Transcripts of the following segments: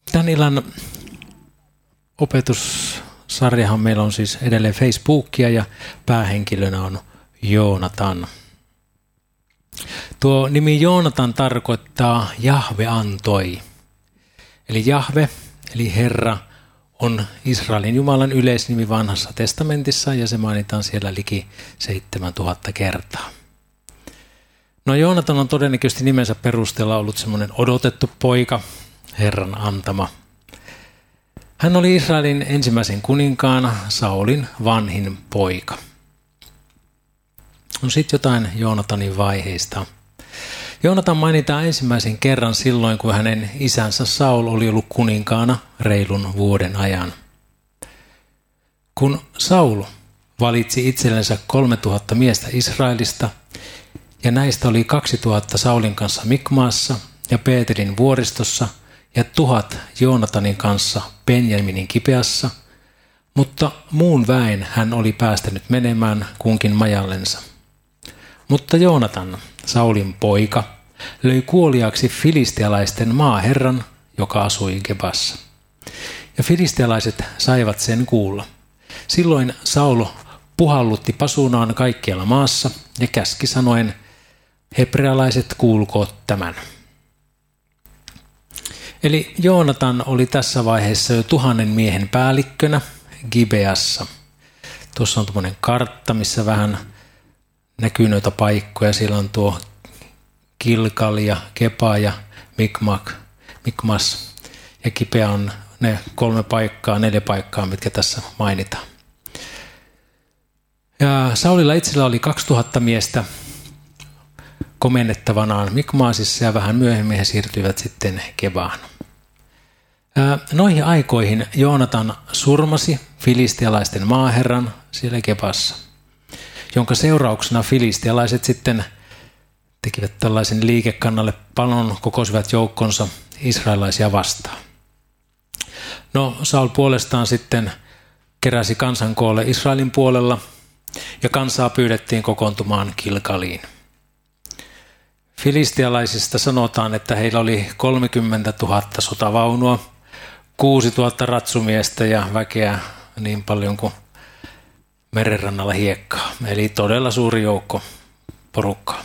Tämän illan opetussarjahan meillä on siis edelleen Facebookia ja päähenkilönä on Joonatan. Tuo nimi Joonatan tarkoittaa Jahve antoi. Eli Jahve, eli Herra, on Israelin Jumalan yleisnimi Vanhassa testamentissa ja se mainitaan siellä liki 7000 kertaa. No Joonatan on todennäköisesti nimensä perusteella ollut semmoinen odotettu poika, Herran antama. Hän oli Israelin ensimmäisen kuninkaan Saulin vanhin poika. No sitten jotain Joonatanin vaiheista. Joonatan mainitaan ensimmäisen kerran silloin, kun hänen isänsä Saul oli ollut kuninkaana reilun vuoden ajan. Kun Saul valitsi itsellensä 3000 miestä Israelista, ja näistä oli 2000 Saulin kanssa Mikmaassa ja Peetelin vuoristossa ja 1000 Joonatanin kanssa Benjaminin Gibeassa, mutta muun väen hän oli päästänyt menemään kunkin majallensa. Mutta Joonatan, Saulin poika, löi kuoliaksi filistealaisten maaherran, joka asui Gebassa. Ja filistealaiset saivat sen kuulla. Silloin Saul puhallutti pasunaan kaikkialla maassa ja käski sanoen, hebrealaiset kuulkoot tämän. Eli Joonatan oli tässä vaiheessa jo 1000 miehen päällikkönä Gibeassa. Tuossa on tuommoinen kartta, missä vähän näkyy noita paikkoja. Siellä on tuo Gilgal ja Geba ja Mikmas. Ja Gibea on ne 4 paikkaa, mitkä tässä mainitaan. Ja Saulilla itsellä oli 2000 miestä komennettavanaan Mikmaasissa ja vähän myöhemmin he siirtyivät sitten Gebaan. Noihin aikoihin Joonatan surmasi filistealaisten maaherran siellä Gebassa, jonka seurauksena filistealaiset sitten tekivät tällaisen liikekannalle panon, kokosivat joukkonsa israelaisia vastaan. No Saul puolestaan sitten keräsi kansan koolle Israelin puolella ja kansaa pyydettiin kokoontumaan Gilgaliin. Filistealaisista sanotaan, että heillä oli 30 000 sotavaunua, 6 000 ratsumiestä ja väkeä niin paljon kuin merenrannalla hiekkaa. Eli todella suuri joukko porukkaa.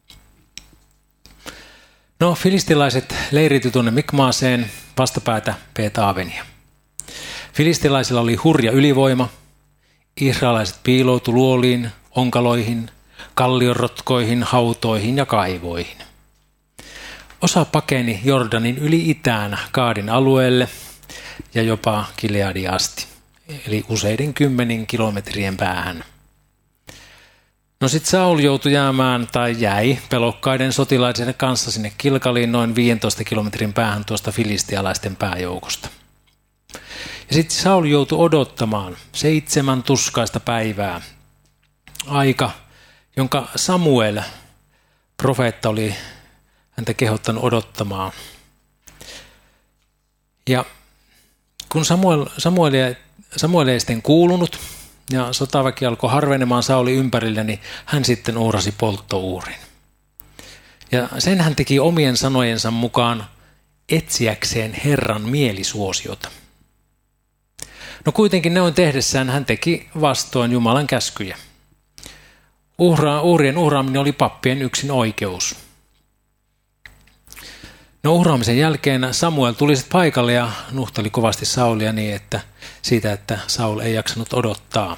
No, filistilaiset leirityi tuonne Mikmaaseen vastapäätä Beet-Avenia. Filistilaisilla oli hurja ylivoima. Israelaiset piiloutui luoliin, onkaloihin, kallionrotkoihin, hautoihin ja kaivoihin. Osa pakeni Jordanin yli itään Gaadin alueelle ja jopa Gileadiin asti, eli useiden 10 kilometrien päähän. No sitten Saul joutui jäämään tai jäi pelokkaiden sotilaiden kanssa sinne Gilgaliin noin 15 kilometrin päähän tuosta filistialaisten pääjoukosta. Ja sitten Saul joutui odottamaan 7 tuskaista päivää, aika, jonka Samuel, profeetta, oli häntä kehottanut odottamaan. Ja kun Samuel ei sitten kuulunut ja sotaväki alkoi harvenemaan Saulin ympärillä, niin hän sitten uhrasi polttouhrin. Ja sen hän teki omien sanojensa mukaan etsiäkseen Herran mielisuosiota. No kuitenkin ne on tehdessään hän teki vastoin Jumalan käskyjä. Uhrien uhraaminen oli pappien yksin oikeus. No uhraamisen jälkeen Samuel tuli sitten paikalle ja nuhteli kovasti Saulia niin, että Saul ei jaksanut odottaa.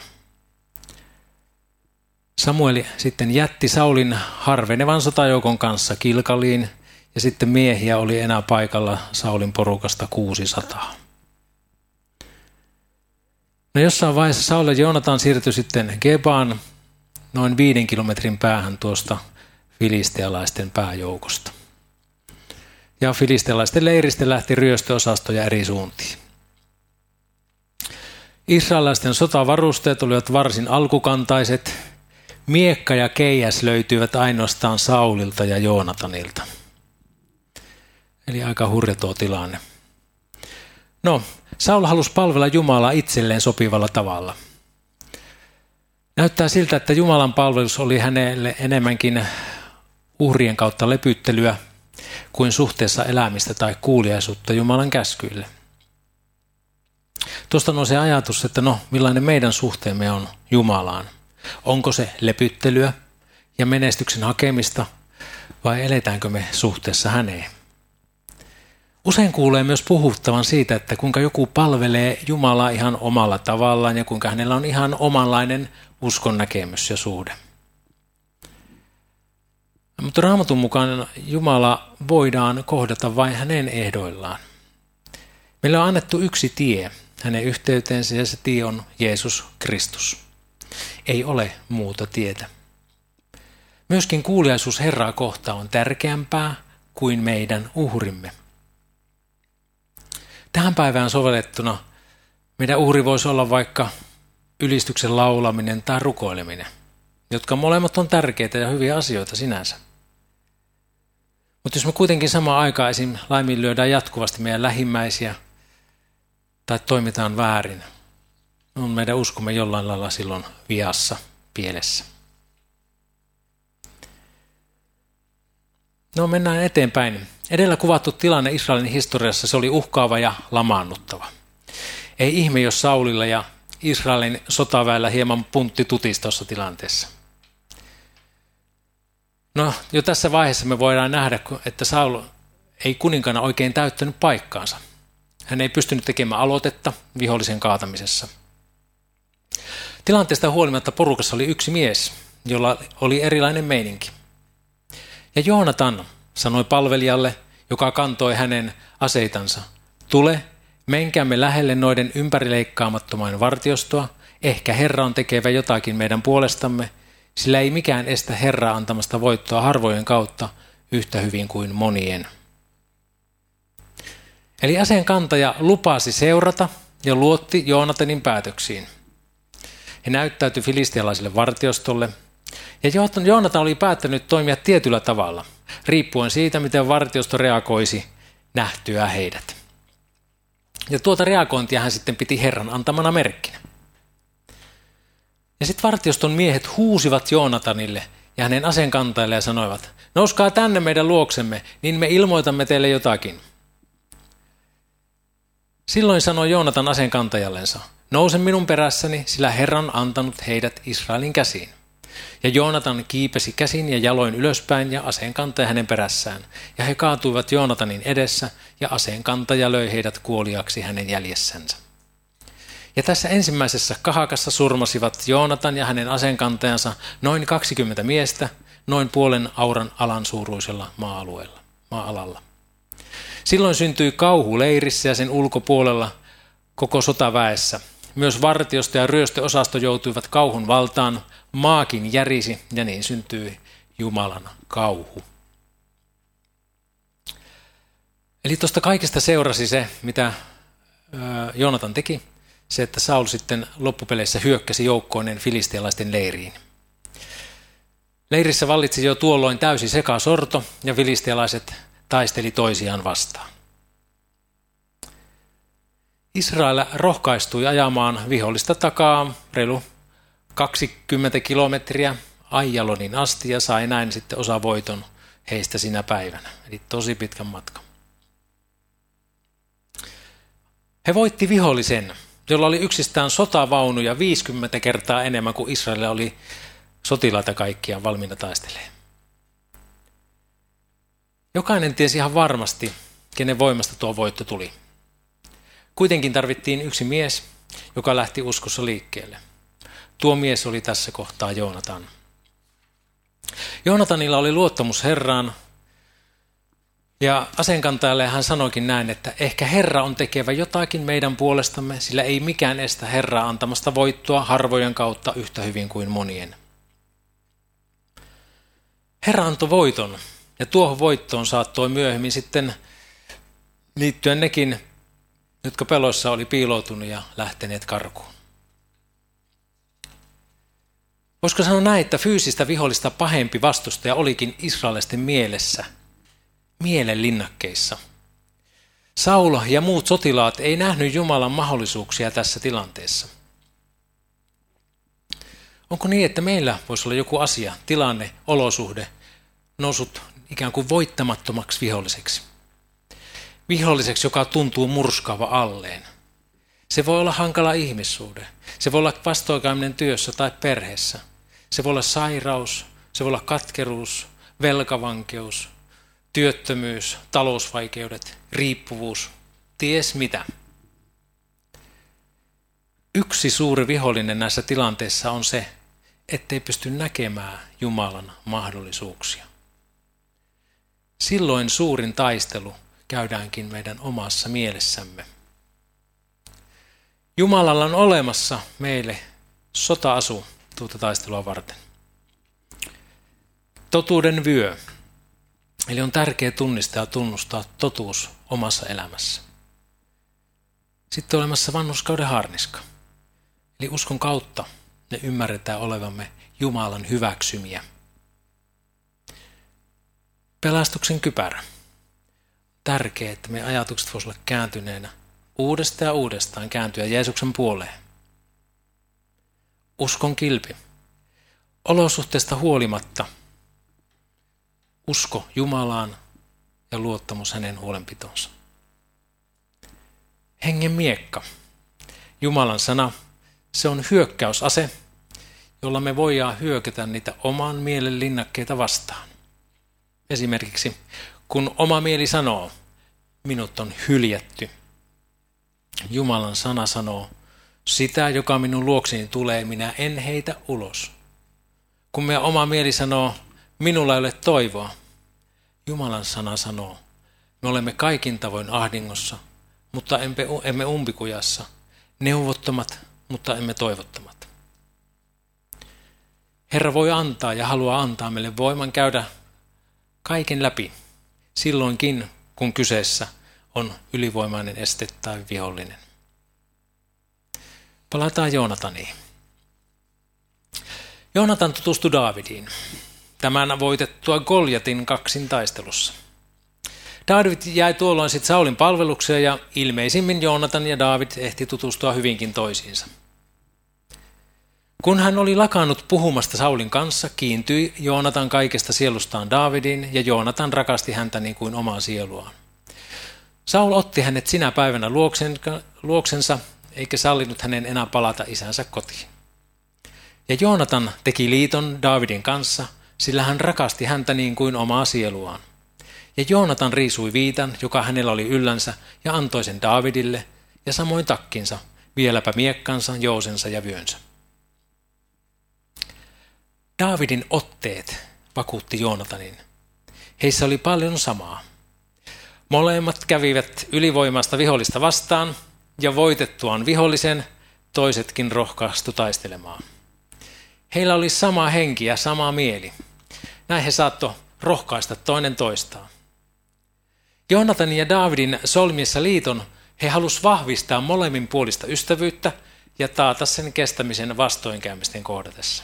Samuel sitten jätti Saulin harvenevan sotajoukon kanssa Gilgaliin ja sitten miehiä oli enää paikalla Saulin porukasta 600. No jossain vaiheessa Saul ja Joonatan siirtyi sitten Gebaan noin 5 kilometrin päähän tuosta filistealaisten pääjoukosta. Ja filistealaisten leiristä lähti ryöstöosastoja eri suuntiin. Israelaisten sotavarusteet olivat varsin alkukantaiset. Miekka ja keihäs löytyivät ainoastaan Saulilta ja Joonatanilta. Eli aika hurja tuo tilanne. No, Saul halusi palvella Jumalaa itselleen sopivalla tavalla. Näyttää siltä, että Jumalan palvelus oli hänelle enemmänkin uhrien kautta lepyttelyä kuin suhteessa elämistä tai kuuliaisuutta Jumalan käskyille. Tuosta nousee ajatus, että millainen meidän suhteemme on Jumalaan. Onko se lepyttelyä ja menestyksen hakemista vai eletäänkö me suhteessa häneen? Usein kuulee myös puhuttavan siitä, että kuinka joku palvelee Jumalaa ihan omalla tavallaan ja kuinka hänellä on ihan omanlainen uskon näkemys ja suhde. Mutta Raamatun mukaan Jumala voidaan kohdata vain hänen ehdoillaan. Meille on annettu yksi tie hänen yhteyteensä ja se tie on Jeesus Kristus. Ei ole muuta tietä. Myöskin kuuliaisuus Herraa kohtaan on tärkeämpää kuin meidän uhrimme. Tähän päivään sovellettuna meidän uhri voisi olla vaikka ylistyksen laulaminen tai rukoileminen, jotka molemmat on tärkeitä ja hyviä asioita sinänsä. Mutta jos me kuitenkin samaan aikaan esim. Laiminlyödään jatkuvasti meidän lähimmäisiä tai toimitaan väärin, on meidän uskomme jollain lailla silloin viassa, pielessä. Mennään eteenpäin. Edellä kuvattu tilanne Israelin historiassa, se oli uhkaava ja lamaannuttava. Ei ihme, jos Saulilla ja Israelin sotaväellä hieman puntti tutisi tuossa tilanteessa. Jo tässä vaiheessa me voidaan nähdä, että Saul ei kuninkana oikein täyttänyt paikkaansa. Hän ei pystynyt tekemään aloitetta vihollisen kaatamisessa. Tilanteesta huolimatta porukassa oli yksi mies, jolla oli erilainen meininki. Ja Joonatan sanoi palvelijalle, joka kantoi hänen aseitansa, tule, menkäämme lähelle noiden ympärileikkaamattomain vartiostoa, ehkä Herra on tekevä jotakin meidän puolestamme, sillä ei mikään estä Herraa antamasta voittoa harvojen kautta yhtä hyvin kuin monien. Eli aseen kantaja lupasi seurata ja luotti Joonatanin päätöksiin. He näyttäytyi filistialaisille vartiostolle, ja Joonatan oli päättänyt toimia tietyllä tavalla, riippuen siitä, miten vartiosto reagoisi nähtyä heidät. Ja tuota reagointia hän sitten piti Herran antamana merkkinä. Ja sitten vartioston miehet huusivat Joonatanille ja hänen aseenkantajille ja sanoivat, nouskaa tänne meidän luoksemme, niin me ilmoitamme teille jotakin. Silloin sanoi Joonatan aseenkantajallensa, nouse minun perässäni, sillä Herra on antanut heidät Israelin käsiin. Ja Joonatan kiipesi käsin ja jaloin ylöspäin ja aseenkantaja hänen perässään. Ja he kaatuivat Joonatanin edessä ja aseenkantaja löi heidät kuoliaksi hänen jäljessänsä. Ja tässä ensimmäisessä kahakassa surmasivat Joonatan ja hänen aseenkantajansa noin 20 miestä noin puolen auran alan suuruisella maa-alalla. Silloin syntyi kauhu leirissä ja sen ulkopuolella koko sotaväessä. Myös vartiosto ja ryöstöosasto joutuivat kauhun valtaan, maakin järisi ja niin syntyi Jumalan kauhu. Eli tuosta kaikesta seurasi se, mitä Joonatan teki, se, että Saul sitten loppupeleissä hyökkäsi joukkoinen filistialaisten leiriin. Leirissä vallitsi jo tuolloin täysi sekasorto ja filistialaiset taisteli toisiaan vastaan. Israel rohkaistui ajamaan vihollista takaa reilu 20 kilometriä Aijalonin asti ja sai näin sitten osavoiton heistä sinä päivänä. Eli tosi pitkän matkan. He voitti vihollisen, jolla oli yksistään sotavaunuja 50 kertaa enemmän kuin Israelilla oli sotilaita kaikkia valmiina taistelemaan. Jokainen tiesi ihan varmasti, kenen voimasta tuo voitto tuli. Kuitenkin tarvittiin yksi mies, joka lähti uskossa liikkeelle. Tuo mies oli tässä kohtaa Joonatan. Joonatanilla oli luottamus Herraan, ja aseenkantajalle hän sanoikin näin, että ehkä Herra on tekevä jotakin meidän puolestamme, sillä ei mikään estä Herraa antamasta voittoa harvojen kautta yhtä hyvin kuin monien. Herra antoi voiton, ja tuohon voittoon saattoi myöhemmin sitten liittyä nekin, jotka peloissa oli piiloutunut ja lähteneet karkuun. Voisiko sanoa näin, että fyysistä vihollista pahempi vastustaja olikin israelaisten mielessä, mielen linnakkeissa. Saul ja muut sotilaat ei nähnyt Jumalan mahdollisuuksia tässä tilanteessa. Onko niin, että meillä voisi olla joku asia, tilanne, olosuhde noussut ikään kuin voittamattomaksi viholliseksi. Viholliseksi, joka tuntuu murskaava alleen. Se voi olla hankala ihmissuhde. Se voi olla vastoinkäyminen työssä tai perheessä. Se voi olla sairaus, se voi olla katkeruus, velkavankeus, työttömyys, talousvaikeudet, riippuvuus, ties mitä. Yksi suuri vihollinen näissä tilanteissa on se, ettei pysty näkemään Jumalan mahdollisuuksia. Silloin suurin taistelu käydäänkin meidän omassa mielessämme. Jumalalla on olemassa meille sota-asu tuota taistelua varten. Totuuden vyö. Eli on tärkeää tunnistaa ja tunnustaa totuus omassa elämässä. Sitten on olemassa vanhurskauden harniska. Eli uskon kautta ne ymmärretään olevamme Jumalan hyväksymiä. Pelastuksen kypärä. Tärkeää, että meidän ajatukset voisivat olla kääntyneenä uudestaan ja uudestaan kääntyä Jeesuksen puoleen. Uskon kilpi. Olosuhteista huolimatta usko Jumalaan ja luottamus hänen huolenpitonsa. Hengen miekka. Jumalan sana, se on hyökkäysase, jolla me voidaan hyökätä niitä oman mielen linnakkeita vastaan. Esimerkiksi, kun oma mieli sanoo, minut on hyljätty. Jumalan sana sanoo, sitä, joka minun luokseni tulee, minä en heitä ulos. Kun meidän oma mieli sanoo, minulla ei ole toivoa, Jumalan sana sanoo, me olemme kaikin tavoin ahdingossa, mutta emme umpikujassa, neuvottomat, mutta emme toivottomat. Herra voi antaa ja haluaa antaa meille voiman käydä kaiken läpi, silloinkin kun kyseessä on ylivoimainen este tai vihollinen. Palataan Joonataniin. Joonatan tutustui Daavidiin, tämän voitettua Goljatin kaksintaistelussa. Daavid jäi tuolloin sitten Saulin palvelukseen ja ilmeisimmin Joonatan ja Daavid ehti tutustua hyvinkin toisiinsa. Kun hän oli lakannut puhumasta Saulin kanssa, kiintyi Joonatan kaikesta sielustaan Daavidiin ja Joonatan rakasti häntä niin kuin omaa sieluaan. Saul otti hänet sinä päivänä luoksensa eikä sallinut hänen enää palata isänsä kotiin. Ja Joonatan teki liiton Daavidin kanssa, sillä hän rakasti häntä niin kuin omaa sieluaan. Ja Joonatan riisui viitan, joka hänellä oli yllänsä, ja antoi sen Daavidille, ja samoin takkinsa, vieläpä miekkansa, jousensa ja vyönsä. Daavidin otteet vakuutti Joonatanin. Heissä oli paljon samaa. Molemmat kävivät ylivoimasta vihollista vastaan, ja voitettuaan vihollisen toisetkin rohkaistu taistelemaan. Heillä oli sama henki ja sama mieli. Näin he saattoi rohkaista toinen toistaan. Joonatanin ja Daavidin solmiessa liiton he halusivat vahvistaa molemminpuolista ystävyyttä ja taata sen kestämisen vastoinkäymisten kohdatessa.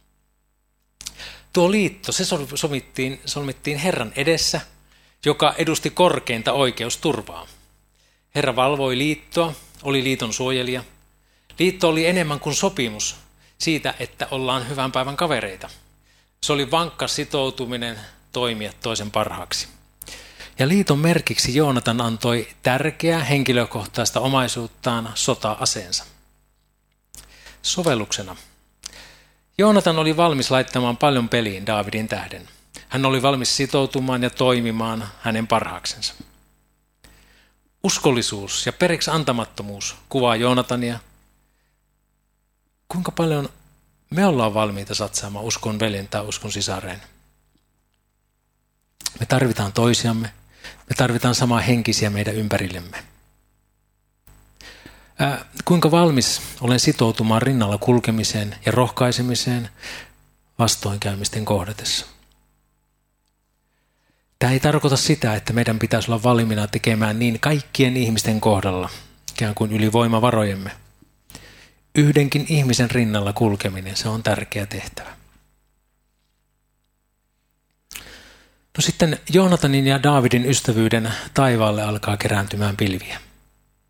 Tuo liitto se solmittiin Herran edessä, joka edusti korkeinta oikeusturvaa. Herra valvoi liittoa, oli liiton suojelija. Liitto oli enemmän kuin sopimus siitä, että ollaan hyvän päivän kavereita. Se oli vankka sitoutuminen toimia toisen parhaaksi. Ja liiton merkiksi Joonatan antoi tärkeää henkilökohtaista omaisuuttaan sota-aseensa. Sovelluksena. Joonatan oli valmis laittamaan paljon peliin Daavidin tähden. Hän oli valmis sitoutumaan ja toimimaan hänen parhaaksensa. Uskollisuus ja periksi antamattomuus kuvaa Joonatania. Kuinka paljon me ollaan valmiita satsaamaan uskon veljen tai uskon sisareen? Me tarvitaan toisiamme. Me tarvitaan samaa henkisiä meidän ympärillemme. Kuinka valmis olen sitoutumaan rinnalla kulkemiseen ja rohkaisemiseen vastoinkäymisten kohdatessa? Tämä ei tarkoita sitä, että meidän pitäisi olla valmiina tekemään niin kaikkien ihmisten kohdalla, ikään kuin yli voimavarojemme. Yhdenkin ihmisen rinnalla kulkeminen, se on tärkeä tehtävä. No sitten Joonatanin ja Daavidin ystävyyden taivaalle alkaa kerääntymään pilviä.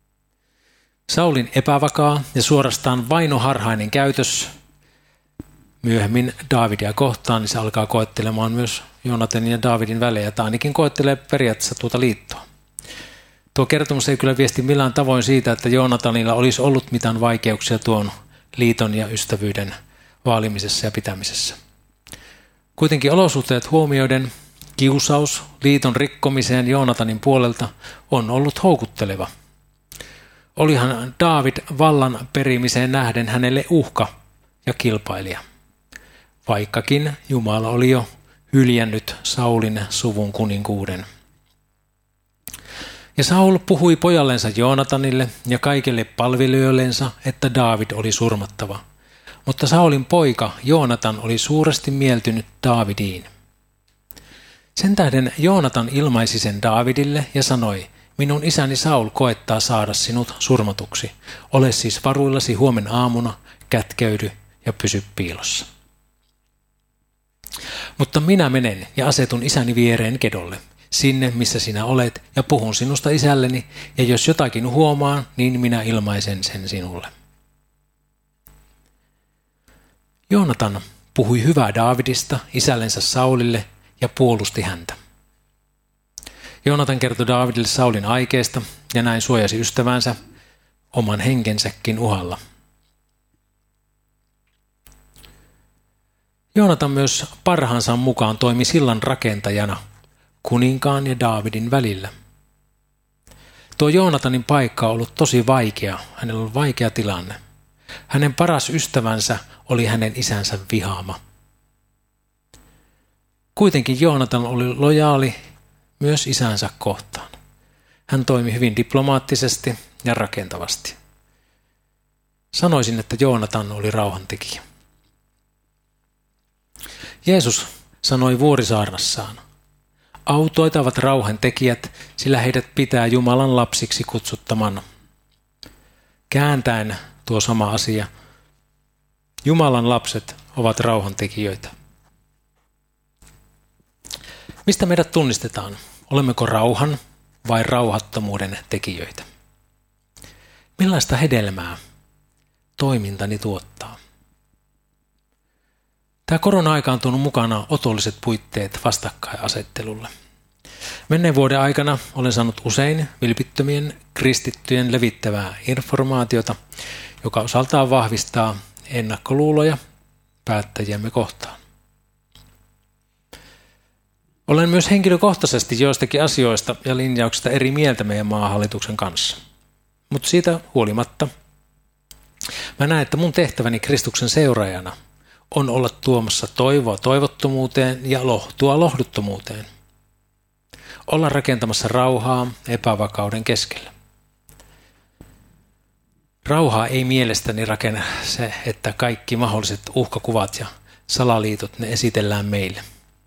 Saulin epävakaa ja suorastaan vainoharhainen käytös myöhemmin Daavidia kohtaan, niin se alkaa koettelemaan myös Joonatanin ja Daavidin välejä, tai ainakin koettelee periaatteessa tuota liittoa. Tuo kertomus ei kyllä viesti millään tavoin siitä, että Joonatanilla olisi ollut mitään vaikeuksia tuon liiton ja ystävyyden vaalimisessa ja pitämisessä. Kuitenkin olosuhteet huomioiden kiusaus liiton rikkomiseen Joonatanin puolelta on ollut houkutteleva. Olihan Daavid vallan perimiseen nähden hänelle uhka ja kilpailija, vaikkakin Jumala oli jo hyljännyt Saulin suvun kuninkuuden. Ja Saul puhui pojallensa Joonatanille ja kaikille palvelijoillensa, että Daavid oli surmattava. Mutta Saulin poika Joonatan oli suuresti mieltynyt Daavidiin. Sen tähden Joonatan ilmaisi sen Daavidille ja sanoi, minun isäni Saul koettaa saada sinut surmatuksi. Ole siis varuillasi huomen aamuna, kätkeydy ja pysy piilossa. Mutta minä menen ja asetun isäni viereen kedolle, sinne missä sinä olet, ja puhun sinusta isälleni, ja jos jotakin huomaan, niin minä ilmaisen sen sinulle. Joonatan puhui hyvää Daavidista isällensä Saulille ja puolusti häntä. Joonatan kertoi Daavidille Saulin aikeesta ja näin suojasi ystävänsä oman henkensäkin uhalla. Joonatan myös parhaansa mukaan toimi sillan rakentajana kuninkaan ja Daavidin välillä. Tuo Joonatanin paikka on ollut tosi vaikea, hänellä on vaikea tilanne. Hänen paras ystävänsä oli hänen isänsä vihaama. Kuitenkin Joonatan oli lojaali myös isänsä kohtaan. Hän toimi hyvin diplomaattisesti ja rakentavasti. Sanoisin, että Joonatan oli rauhantekijä. Jeesus sanoi vuorisaarnassaan, autoitavat rauhantekijät, sillä heidät pitää Jumalan lapsiksi kutsuttaman. Kääntäen tuo sama asia, Jumalan lapset ovat rauhantekijöitä. Mistä meidät tunnistetaan? Olemmeko rauhan vai rauhattomuuden tekijöitä? Millaista hedelmää toimintani tuottaa? Tämä korona-aika on tuonut mukana otolliset puitteet vastakkainasettelulle. Menneen vuoden aikana olen saanut usein vilpittömien kristittyjen levittävää informaatiota, joka osaltaan vahvistaa ennakkoluuloja päättäjiämme kohtaan. Olen myös henkilökohtaisesti joistakin asioista ja linjauksista eri mieltä meidän maahallituksen kanssa. Mutta siitä huolimatta mä näen, että mun tehtäväni Kristuksen seuraajana on olla tuomassa toivoa toivottomuuteen ja lohtua lohduttomuuteen. Olla rakentamassa rauhaa epävakauden keskellä. Rauhaa ei mielestäni rakenna se, että kaikki mahdolliset uhkakuvat ja salaliitot ne esitellään meille.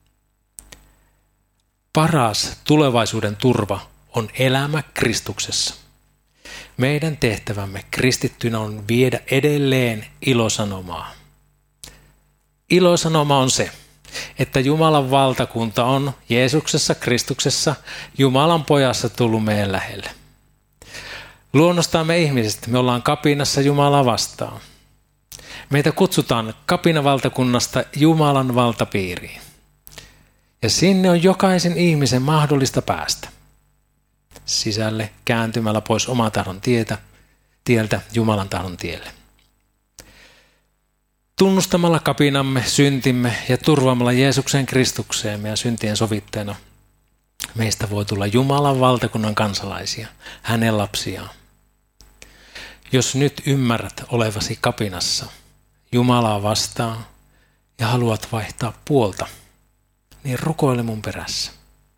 Paras tulevaisuuden turva on elämä Kristuksessa. Meidän tehtävämme kristittyinä on viedä edelleen ilosanomaa. Ilosanoma on se, että Jumalan valtakunta on Jeesuksessa, Kristuksessa, Jumalan pojassa tullut meidän lähelle. Luonnostaan me ihmiset, me ollaan kapinassa Jumalaa vastaan. Meitä kutsutaan kapinavaltakunnasta Jumalan valtapiiriin. Ja sinne on jokaisen ihmisen mahdollista päästä. Sisälle kääntymällä pois oman tahdon tieltä Jumalan tahdon tielle. Tunnustamalla kapinamme, syntimme ja turvaamalla Jeesuksen Kristukseen meidän syntien sovitteena, meistä voi tulla Jumalan valtakunnan kansalaisia, hänen lapsiaan. Jos nyt ymmärrät olevasi kapinassa Jumalaa vastaan ja haluat vaihtaa puolta, niin rukoile mun perässä.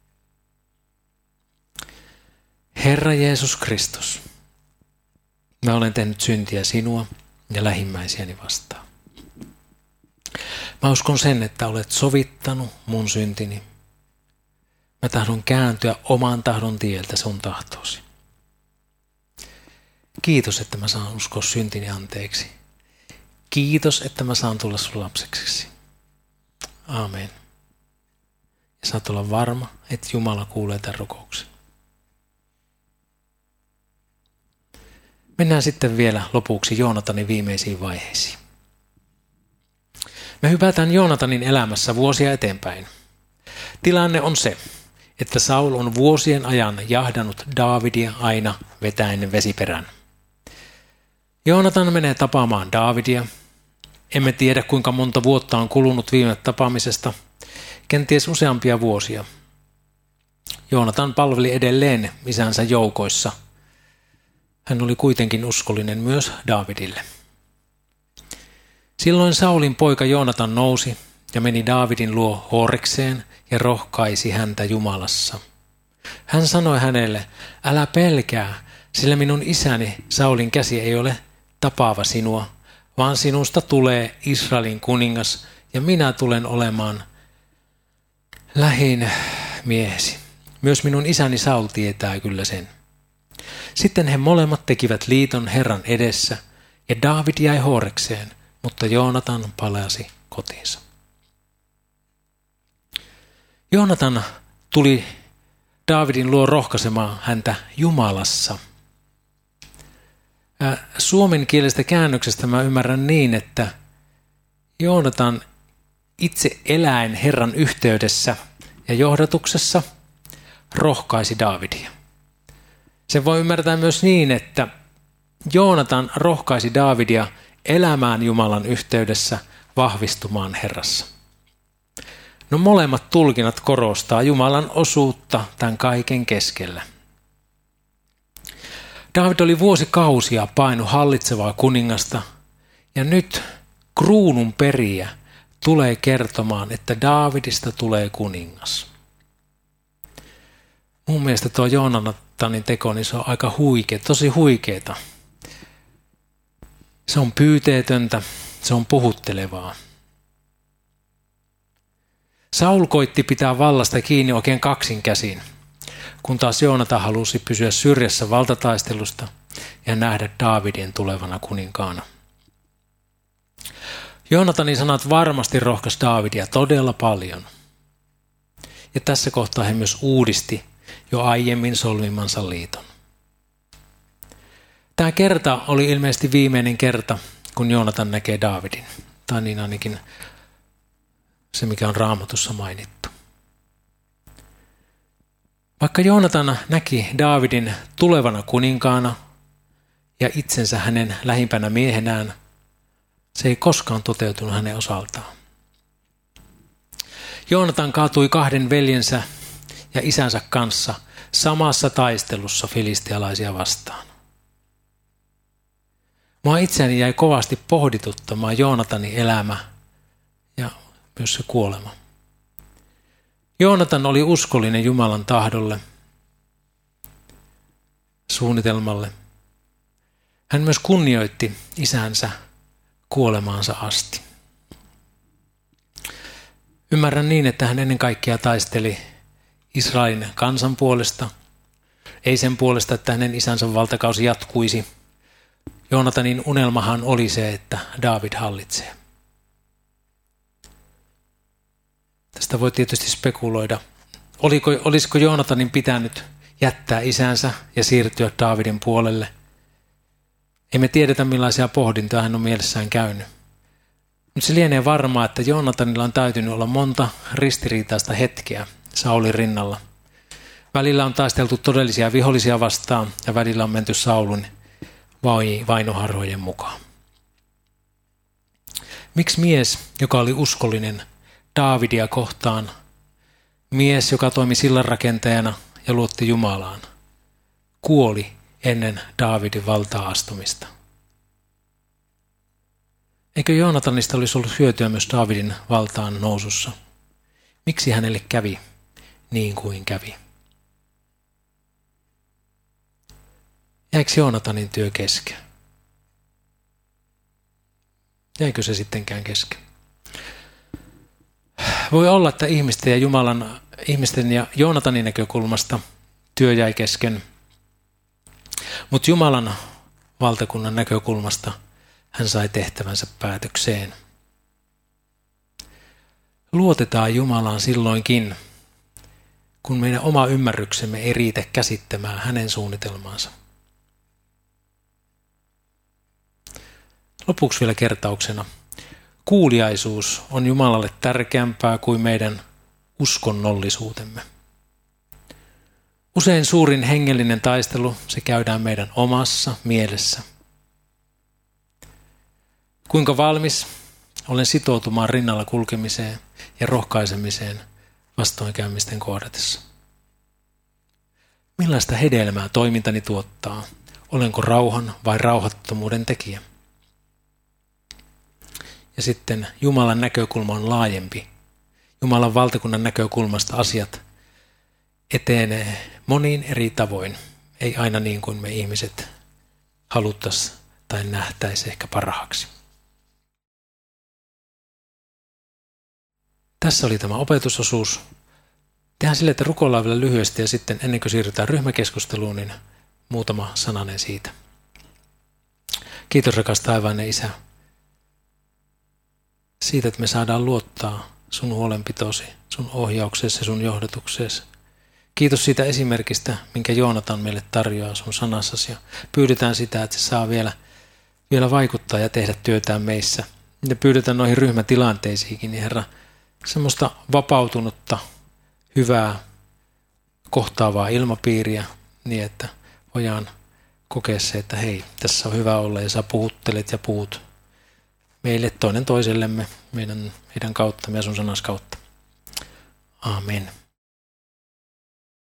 Herra Jeesus Kristus, mä olen tehnyt syntiä sinua ja lähimmäisiäni vastaan. Mä uskon sen, että olet sovittanut mun syntini. Mä tahdon kääntyä oman tahdon tieltä sun tahtoosi. Kiitos, että mä saan uskoa syntini anteeksi. Kiitos, että mä saan tulla sun lapseksesi. Aamen. Ja saat olla varma, että Jumala kuulee tämän rukouksen. Mennään sitten vielä lopuksi Joonatanin viimeisiin vaiheisiin. Me hypätään Joonatanin elämässä vuosia eteenpäin. Tilanne on se, että Saul on vuosien ajan jahdannut Daavidia aina vetäen vesiperän. Joonatan menee tapaamaan Daavidia. Emme tiedä, kuinka monta vuotta on kulunut viime tapaamisesta, kenties useampia vuosia. Joonatan palveli edelleen isänsä joukoissa. Hän oli kuitenkin uskollinen myös Daavidille. Silloin Saulin poika Joonatan nousi ja meni Daavidin luo Horekseen ja rohkaisi häntä Jumalassa. Hän sanoi hänelle, älä pelkää, sillä minun isäni Saulin käsi ei ole tapaava sinua, vaan sinusta tulee Israelin kuningas ja minä tulen olemaan lähin miehesi. Myös minun isäni Saul tietää kyllä sen. Sitten he molemmat tekivät liiton Herran edessä ja Daavid jäi Horekseen, mutta Joonatan palasi kotiinsa. Joonatan tuli Daavidin luo rohkaisemaan häntä Jumalassa. Suomenkielisestä käännöksestä mä ymmärrän niin, että Joonatan itse eläen Herran yhteydessä ja johdatuksessa rohkaisi Daavidia. Se voi ymmärtää myös niin, että Joonatan rohkaisi Daavidia elämään Jumalan yhteydessä, vahvistumaan Herrassa. No molemmat tulkinnat korostaa Jumalan osuutta tämän kaiken keskellä. Daavid oli vuosikausia painut hallitsevaa kuningasta ja nyt kruunun perijä tulee kertomaan, että Daavidista tulee kuningas. Mun mielestä tuo Joonatanin teko, niin se on aika huikea, tosi huikeeta. Se on pyyteetöntä, se on puhuttelevaa. Saul koitti pitää vallasta kiinni oikein kaksin käsin, kun taas Joonatan halusi pysyä syrjässä valtataistelusta ja nähdä Daavidin tulevana kuninkaana. Joonatanin sanat varmasti rohkaisi Daavidia todella paljon. Ja tässä kohtaa he myös uudisti jo aiemmin solmimansa liiton. Tämä kerta oli ilmeisesti viimeinen kerta, kun Joonatan näkee Daavidin. Tai niin ainakin se, mikä on Raamatussa mainittu. Vaikka Joonatan näki Daavidin tulevana kuninkaana ja itsensä hänen lähimpänä miehenään, se ei koskaan toteutunut hänen osaltaan. Joonatan kaatui kahden veljensä ja isänsä kanssa samassa taistelussa filistialaisia vastaan. Mua itseäni jäi kovasti pohdituttamaan Joonatanin elämä ja myös se kuolema. Joonatan oli uskollinen Jumalan tahdolle, suunnitelmalle. Hän myös kunnioitti isänsä kuolemaansa asti. Ymmärrän niin, että hän ennen kaikkea taisteli Israelin kansan puolesta, ei sen puolesta, että hänen isänsä valtakausi jatkuisi. Joonatanin unelmahan oli se, että Daavid hallitsee. Tästä voi tietysti spekuloida. Olisiko Joonatanin pitänyt jättää isänsä ja siirtyä Daavidin puolelle? Emme tiedetä, millaisia pohdintoja hän on mielessään käynyt. Mutta se lienee varmaa, että Joonatanilla on täytynyt olla monta ristiriitaista hetkeä Saulin rinnalla. Välillä on taisteltu todellisia vihollisia vastaan ja välillä on menty Saulun vainoharhojen mukaan. Miksi mies, joka oli uskollinen Daavidia kohtaan, mies, joka toimi sillanrakentajana ja luotti Jumalaan, kuoli ennen Daavidin valtaa astumista? Eikö Joonatanista olisi ollut hyötyä myös Daavidin valtaan nousussa? Miksi hänelle kävi niin kuin kävi? Jäikö Joonatanin työ kesken? Jäikö se sittenkään kesken? Voi olla, että ihmisten ja Joonatanin näkökulmasta työ jäi kesken, mutta Jumalan valtakunnan näkökulmasta hän sai tehtävänsä päätökseen. Luotetaan Jumalaan silloinkin, kun meidän oma ymmärryksemme ei riitä käsittämään hänen suunnitelmaansa. Lopuksi vielä kertauksena. kuuliaisuus on Jumalalle tärkeämpää kuin meidän uskonnollisuutemme. Usein suurin hengellinen taistelu se käydään meidän omassa mielessä. Kuinka valmis olen sitoutumaan rinnalla kulkemiseen ja rohkaisemiseen vastoinkäymisten kohdatessa? Millaista hedelmää toimintani tuottaa? Olenko rauhan vai rauhattomuuden tekijä? Ja sitten Jumalan näkökulma on laajempi. Jumalan valtakunnan näkökulmasta asiat etenee moniin eri tavoin. Ei aina niin kuin me ihmiset haluttaisiin tai nähtäisi ehkä parhaaksi. Tässä oli tämä opetusosuus. Tehdään sille, että rukoillaan vielä lyhyesti ja sitten ennen kuin siirrytään ryhmäkeskusteluun, niin muutama sananen siitä. Kiitos rakas taivainen Isä siitä, että me saadaan luottaa sun huolenpitosi, sun ohjauksesi ja sun johdatuksesi. Kiitos siitä esimerkistä, minkä Joonatan meille tarjoaa sun sanassasi ja pyydetään sitä, että se saa vielä vaikuttaa ja tehdä työtään meissä. Ja pyydetään noihin ryhmätilanteisiinkin, niin Herra, semmoista vapautunutta, hyvää, kohtaavaa ilmapiiriä niin, että voidaan kokea se, että hei, tässä on hyvä olla ja sä puhuttelet ja puhut meille toinen toisellemme, meidän kauttamme ja sun sanas kautta. Aamen.